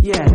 Yeah.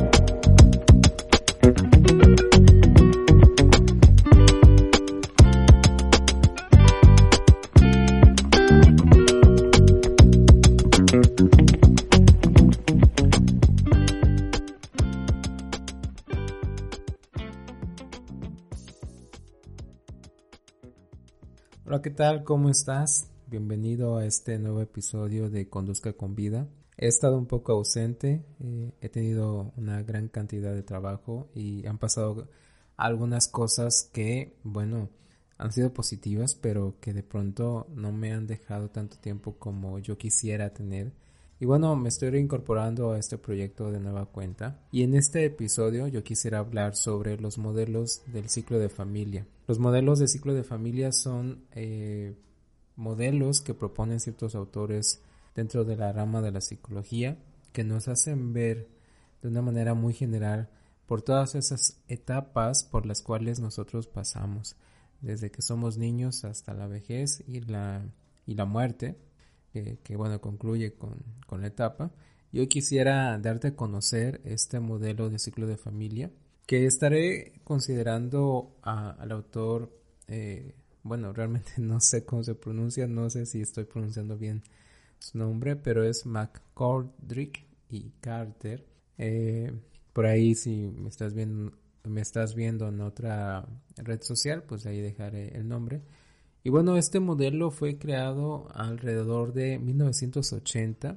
Hola, ¿qué tal? ¿Cómo estás? Bienvenido a este nuevo episodio de Conduzca con Vida. He estado un poco ausente, he tenido una gran cantidad de trabajo y han pasado algunas cosas que, han sido positivas, pero que de pronto no me han dejado tanto tiempo como yo quisiera tener. Y me estoy reincorporando a este proyecto de nueva cuenta. Y en este episodio yo quisiera hablar sobre los modelos del ciclo de familia. Los modelos de ciclo de familia son modelos que proponen ciertos autores dentro de la rama de la psicología que nos hacen ver de una manera muy general por todas esas etapas por las cuales nosotros pasamos, desde que somos niños hasta la vejez y la muerte, que concluye con la etapa. Yo quisiera darte a conocer este modelo de ciclo de familia, que estaré considerando al autor, realmente no sé cómo se pronuncia, no sé si estoy pronunciando bien su nombre, pero es McGoldrick y Carter. Por ahí si me estás viendo en otra red social, pues ahí dejaré el nombre. Y este modelo fue creado alrededor de 1980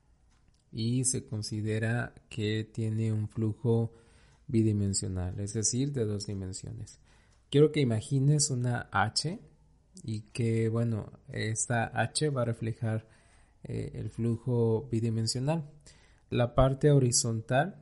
y se considera que tiene un flujo bidimensional, es decir, de dos dimensiones. Quiero que imagines una H y que, esta H va a reflejar el flujo bidimensional. La parte horizontal,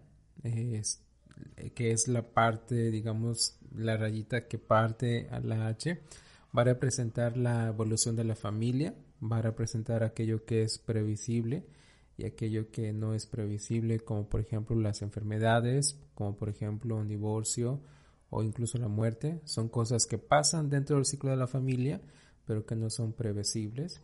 que es la parte, digamos, la rayita que parte a la H, va a representar la evolución de la familia, va a representar aquello que es previsible y aquello que no es previsible, como por ejemplo las enfermedades, como por ejemplo un divorcio o incluso la muerte. Son cosas que pasan dentro del ciclo de la familia, pero que no son previsibles,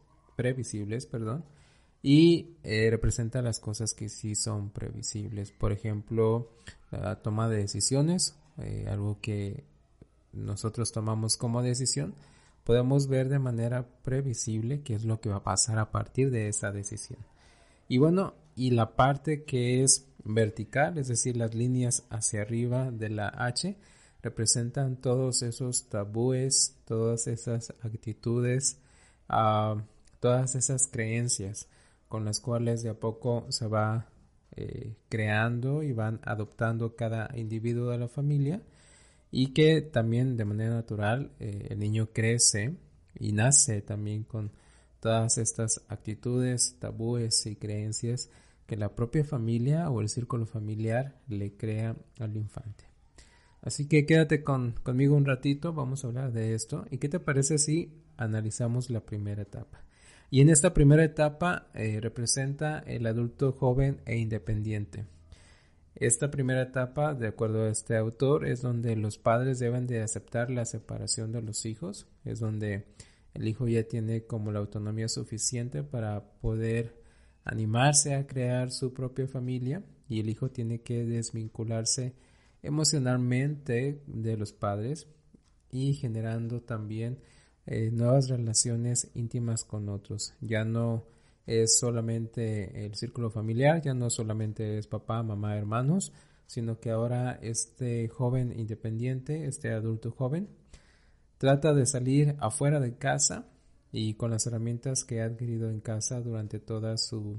y representa las cosas que sí son previsibles. Por ejemplo, la toma de decisiones, algo que nosotros tomamos como decisión, podemos ver de manera previsible qué es lo que va a pasar a partir de esa decisión. Y la parte que es vertical, es decir, las líneas hacia arriba de la H, representan todos esos tabúes, todas esas actitudes, todas esas creencias con las cuales de a poco se va creando y van adoptando cada individuo de la familia, y que también de manera natural el niño crece y nace también con todas estas actitudes, tabúes y creencias que la propia familia o el círculo familiar le crea al infante. Así que quédate conmigo un ratito, vamos a hablar de esto. ¿Y qué te parece si analizamos la primera etapa? Y en esta primera etapa representa el adulto joven e independiente. Esta primera etapa, de acuerdo a este autor, es donde los padres deben de aceptar la separación de los hijos, es donde el hijo ya tiene como la autonomía suficiente para poder animarse a crear su propia familia, y el hijo tiene que desvincularse emocionalmente de los padres y generando también nuevas relaciones íntimas con otros. Ya no es solamente el círculo familiar, ya no solamente es papá, mamá, hermanos, sino que ahora este joven independiente, este adulto joven, trata de salir afuera de casa y con las herramientas que ha adquirido en casa durante todo su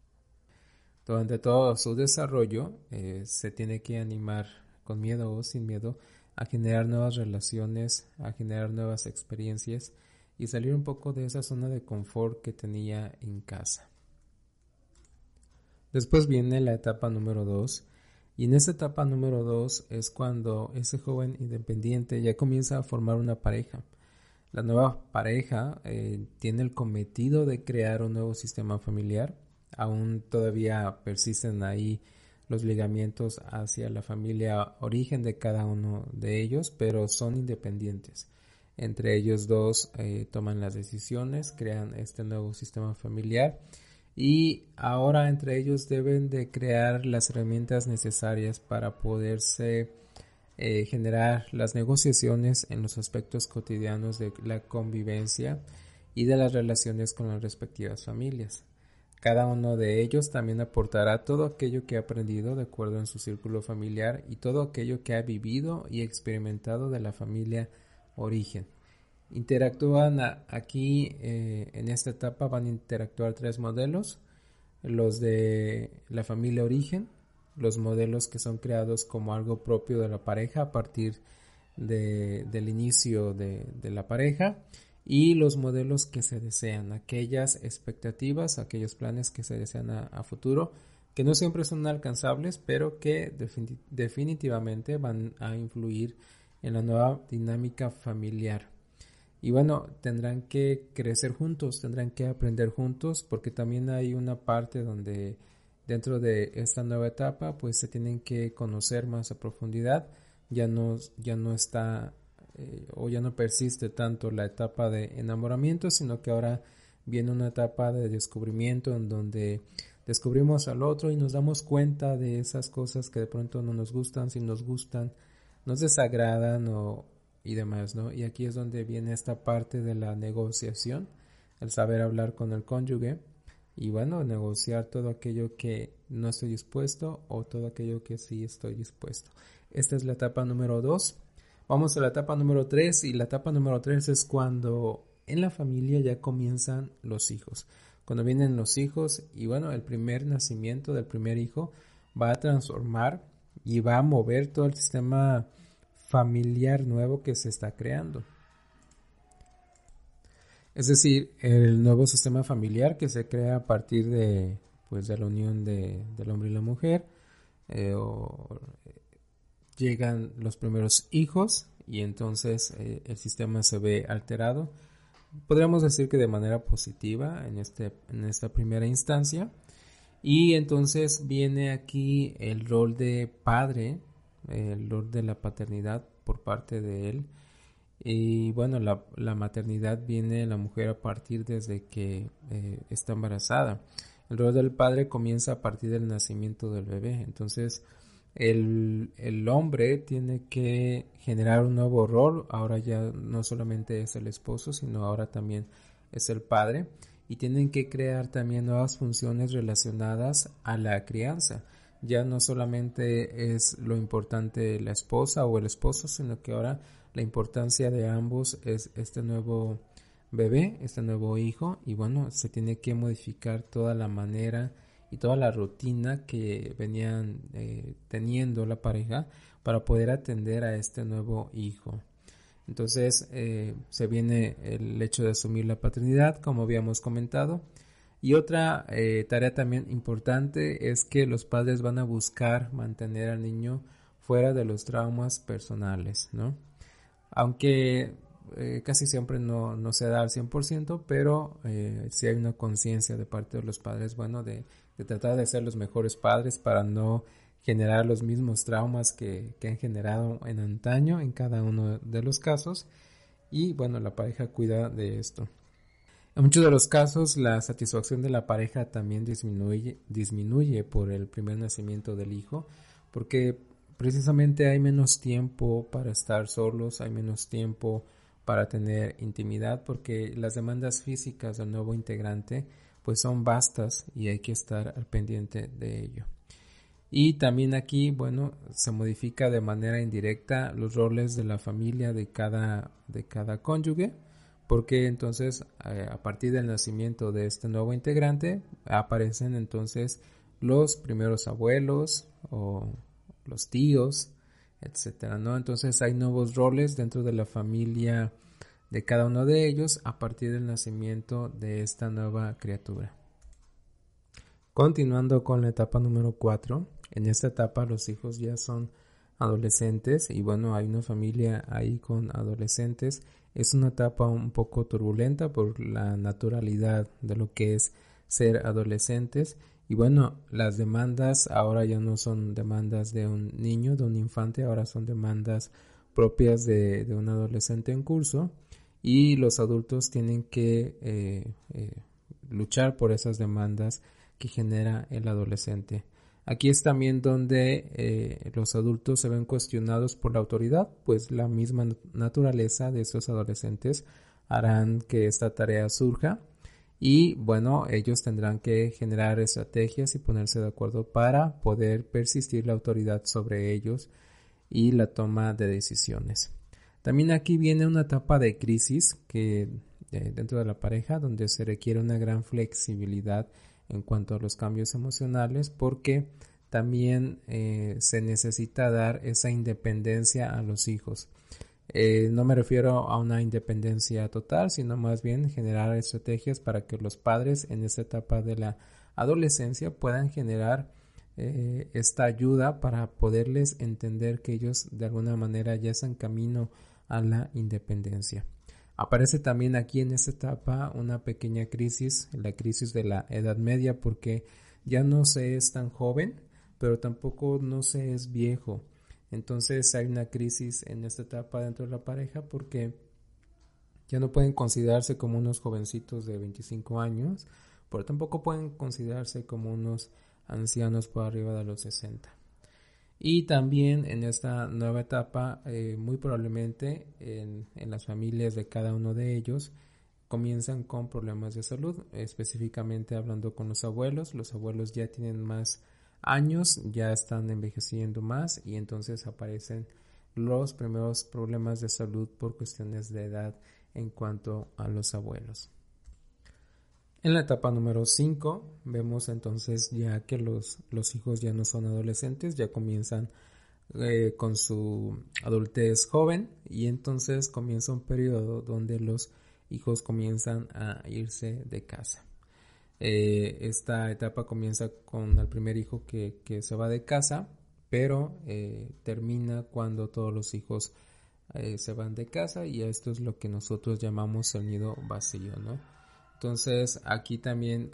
desarrollo, se tiene que animar con miedo o sin miedo a generar nuevas relaciones, a generar nuevas experiencias y salir un poco de esa zona de confort que tenía en casa. Después viene la etapa número 2, y en esta etapa número 2 es cuando ese joven independiente ya comienza a formar una pareja. La nueva pareja tiene el cometido de crear un nuevo sistema familiar. Aún todavía persisten ahí los ligamientos hacia la familia origen de cada uno de ellos, pero son independientes. Entre ellos dos toman las decisiones, crean este nuevo sistema familiar y ahora entre ellos deben de crear las herramientas necesarias para poderse generar las negociaciones en los aspectos cotidianos de la convivencia y de las relaciones con las respectivas familias. Cada uno de ellos también aportará todo aquello que ha aprendido de acuerdo en su círculo familiar y todo aquello que ha vivido y experimentado de la familia origen. Interactúan aquí en esta etapa, van a interactuar 3 modelos: los de la familia origen, los modelos que son creados como algo propio de la pareja a partir del inicio de la pareja, y los modelos que se desean, aquellas expectativas, aquellos planes que se desean a futuro, que no siempre son alcanzables, pero que definitivamente van a influir en la nueva dinámica familiar. Y bueno, tendrán que crecer juntos, tendrán que aprender juntos, porque también hay una parte donde dentro de esta nueva etapa pues se tienen que conocer más a profundidad. Ya no está o ya no persiste tanto la etapa de enamoramiento, sino que ahora viene una etapa de descubrimiento en donde descubrimos al otro y nos damos cuenta de esas cosas que de pronto no nos gustan, si nos gustan, nos desagradan y demás, ¿no? Y aquí es donde viene esta parte de la negociación, el saber hablar con el cónyuge y bueno, negociar todo aquello que no estoy dispuesto o todo aquello que sí estoy dispuesto. Esta es la etapa número 2. Vamos a la etapa número 3, y la etapa número 3 es cuando en la familia ya comienzan los hijos. Cuando vienen los hijos y bueno, el primer nacimiento del primer hijo va a transformar y va a mover todo el sistema familiar nuevo que se está creando. Es decir, el nuevo sistema familiar que se crea a partir de la unión del hombre y la mujer, llegan los primeros hijos y entonces el sistema se ve alterado. Podríamos decir que de manera positiva en esta primera instancia. Y entonces viene aquí el rol de padre, el rol de la paternidad por parte de él. Y bueno, la maternidad viene en la mujer a partir desde que está embarazada. El rol del padre comienza a partir del nacimiento del bebé. Entonces el hombre tiene que generar un nuevo rol. Ahora ya no solamente es el esposo, sino ahora también es el padre. Y tienen que crear también nuevas funciones relacionadas a la crianza. Ya no solamente es lo importante la esposa o el esposo, sino que ahora la importancia de ambos es este nuevo bebé, este nuevo hijo. Y bueno, se tiene que modificar toda la manera y toda la rutina que venían teniendo la pareja para poder atender a este nuevo hijo. Entonces se viene el hecho de asumir la paternidad, como habíamos comentado. Y otra tarea también importante es que los padres van a buscar mantener al niño fuera de los traumas personales, ¿no? Aunque casi siempre no se da al 100%, pero sí hay una conciencia de parte de los padres, bueno, de tratar de ser los mejores padres para no generar los mismos traumas que han generado en antaño en cada uno de los casos. Y bueno, la pareja cuida de esto. En muchos de los casos la satisfacción de la pareja también disminuye por el primer nacimiento del hijo, porque precisamente hay menos tiempo para estar solos, hay menos tiempo para tener intimidad, porque las demandas físicas del nuevo integrante pues son vastas y hay que estar al pendiente de ello. Y también aquí, bueno, se modifica de manera indirecta los roles de la familia de cada cónyuge, porque entonces a partir del nacimiento de este nuevo integrante aparecen entonces los primeros abuelos o los tíos, etcétera, ¿no? Entonces hay nuevos roles dentro de la familia de cada uno de ellos a partir del nacimiento de esta nueva criatura. Continuando con la etapa número 4, en esta etapa los hijos ya son adolescentes y bueno, hay una familia ahí con adolescentes. Es una etapa un poco turbulenta por la naturalidad de lo que es ser adolescentes. Y bueno, las demandas ahora ya no son demandas de un niño, de un infante, ahora son demandas propias de un adolescente en curso. Y los adultos tienen que luchar por esas demandas que genera el adolescente. Aquí es también donde los adultos se ven cuestionados por la autoridad, pues la misma naturaleza de estos adolescentes harán que esta tarea surja y bueno, ellos tendrán que generar estrategias y ponerse de acuerdo para poder persistir la autoridad sobre ellos y la toma de decisiones. También aquí viene una etapa de crisis que dentro de la pareja donde se requiere una gran flexibilidad en cuanto a los cambios emocionales porque también se necesita dar esa independencia a los hijos. No me refiero a una independencia total, sino más bien generar estrategias para que los padres en esta etapa de la adolescencia puedan generar esta ayuda para poderles entender que ellos de alguna manera ya están camino a la independencia. Aparece también aquí en esta etapa una pequeña crisis, la crisis de la edad media, porque ya no se es tan joven, pero tampoco no se es viejo. Entonces hay una crisis en esta etapa dentro de la pareja porque ya no pueden considerarse como unos jovencitos de 25 años, pero tampoco pueden considerarse como unos ancianos por arriba de los 60. Y también en esta nueva etapa, muy probablemente en las familias de cada uno de ellos comienzan con problemas de salud, específicamente hablando con los abuelos. Los abuelos ya tienen más años, ya están envejeciendo más y entonces aparecen los primeros problemas de salud por cuestiones de edad en cuanto a los abuelos. En la etapa número 5 vemos entonces ya que los hijos ya no son adolescentes, ya comienzan con su adultez joven y entonces comienza un periodo donde los hijos comienzan a irse de casa. Esta etapa comienza con el primer hijo que se va de casa, pero termina cuando todos los hijos se van de casa y esto es lo que nosotros llamamos el nido vacío, ¿no? Entonces aquí también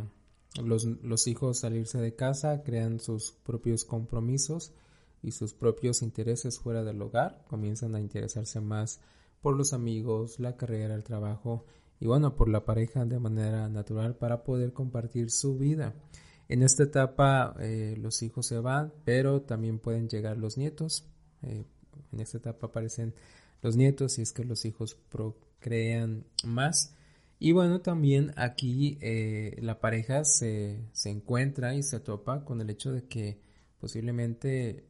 los hijos salirse de casa crean sus propios compromisos y sus propios intereses fuera del hogar, comienzan a interesarse más por los amigos, la carrera, el trabajo y bueno, por la pareja de manera natural para poder compartir su vida. En esta etapa los hijos se van, pero también pueden llegar los nietos. En esta etapa aparecen los nietos si es que los hijos procrean más. Y bueno, también aquí la pareja se encuentra y se topa con el hecho de que posiblemente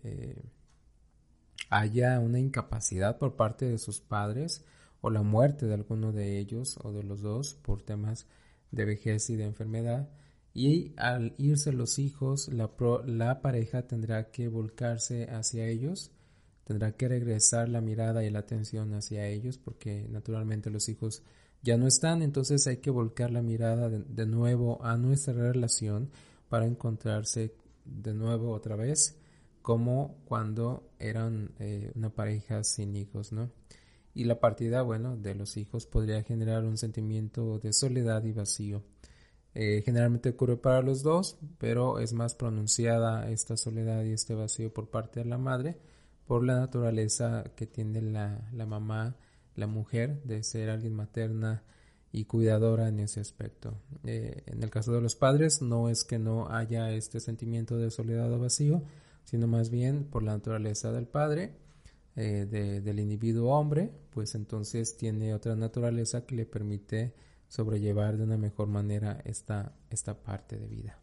haya una incapacidad por parte de sus padres o la muerte de alguno de ellos o de los dos por temas de vejez y de enfermedad. Y al irse los hijos, la pareja tendrá que volcarse hacia ellos, tendrá que regresar la mirada y la atención hacia ellos porque naturalmente los hijos ya no están, entonces hay que volcar la mirada de nuevo a nuestra relación para encontrarse de nuevo otra vez como cuando eran una pareja sin hijos, ¿no? Y la partida, bueno, de los hijos podría generar un sentimiento de soledad y vacío. Generalmente ocurre para los dos, pero es más pronunciada esta soledad y este vacío por parte de la madre por la naturaleza que tiene la mamá, la mujer, de ser alguien materna y cuidadora en ese aspecto. En el caso de los padres no es que no haya este sentimiento de soledad o vacío, sino más bien por la naturaleza del padre, del individuo hombre, pues entonces tiene otra naturaleza que le permite sobrellevar de una mejor manera esta parte de vida.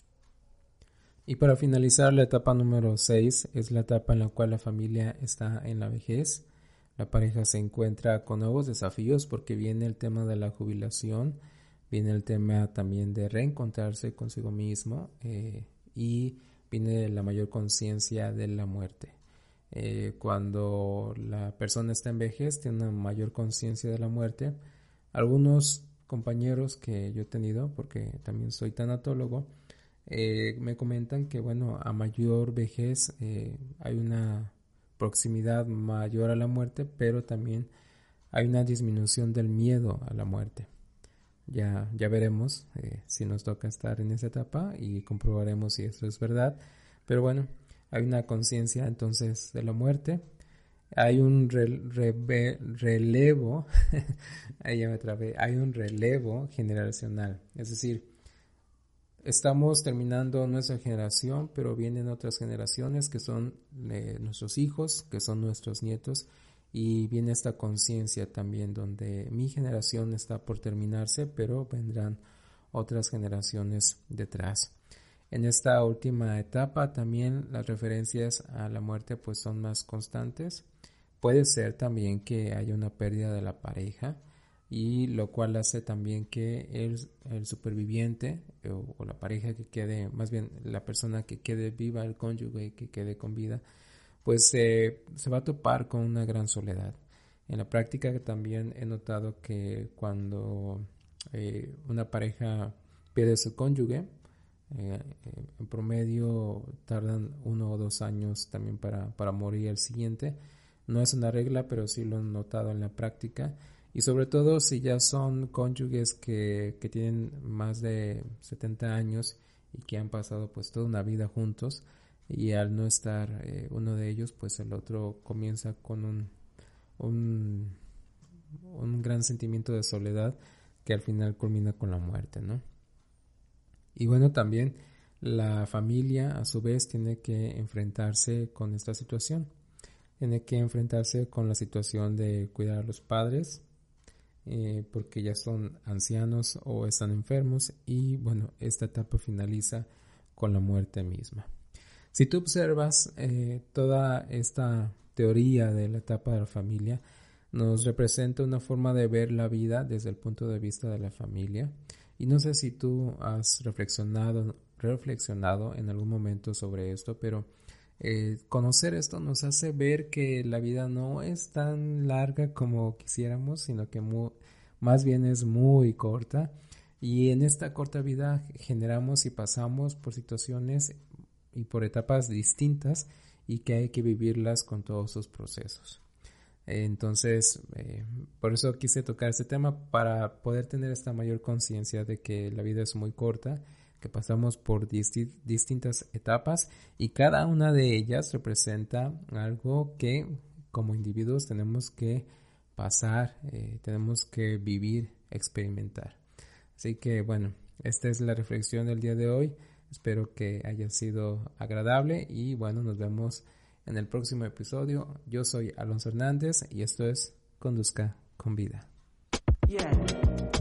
Y para finalizar, la etapa número 6 es la etapa en la cual la familia está en la vejez. La pareja se encuentra con nuevos desafíos porque viene el tema de la jubilación, viene el tema también de reencontrarse consigo mismo y viene la mayor conciencia de la muerte. Cuando la persona está en vejez, tiene una mayor conciencia de la muerte. Algunos compañeros que yo he tenido, porque también soy tanatólogo, me comentan que bueno, a mayor vejez hay una proximidad mayor a la muerte, pero también hay una disminución del miedo a la muerte. Ya veremos si nos toca estar en esa etapa y comprobaremos si eso es verdad, pero bueno, hay una conciencia entonces de la muerte. hay un relevo, ahí ya me trabé, hay un relevo generacional. Es decir, estamos terminando nuestra generación, pero vienen otras generaciones que son nuestros hijos, que son nuestros nietos, y viene esta conciencia también donde mi generación está por terminarse, pero vendrán otras generaciones detrás. En esta última etapa también las referencias a la muerte pues son más constantes. Puede ser también que haya una pérdida de la pareja, y lo cual hace también que el superviviente o la pareja que quede, más bien la persona que quede viva, el cónyuge que quede con vida, pues se va a topar con una gran soledad. En la práctica también he notado que cuando una pareja pierde a su cónyuge, en promedio tardan 1 o 2 años también para morir el siguiente. No es una regla, pero sí lo he notado en la práctica. Y sobre todo si ya son cónyuges que tienen más de 70 años y que han pasado pues toda una vida juntos, y al no estar uno de ellos, pues el otro comienza con un gran sentimiento de soledad que al final culmina con la muerte, ¿no? Y bueno, también la familia a su vez tiene que enfrentarse con esta situación. Tiene que enfrentarse con la situación de cuidar a los padres, porque ya son ancianos o están enfermos, y bueno, esta etapa finaliza con la muerte misma. Si tú observas toda esta teoría de la etapa de la familia, nos representa una forma de ver la vida desde el punto de vista de la familia. Y no sé si tú has reflexionado en algún momento sobre esto, pero conocer esto nos hace ver que la vida no es tan larga como quisiéramos, sino que más bien es muy corta. Y en esta corta vida generamos y pasamos por situaciones y por etapas distintas, y que hay que vivirlas con todos sus procesos. Entonces, por eso quise tocar este tema, para poder tener esta mayor conciencia de que la vida es muy corta, que pasamos por distintas etapas, y cada una de ellas representa algo que como individuos tenemos que pasar, tenemos que vivir, experimentar. Así que bueno, esta es la reflexión del día de hoy. Espero que haya sido agradable, y bueno, nos vemos en el próximo episodio. Yo soy Alonso Hernández y esto es Conduzca con Vida. Yeah.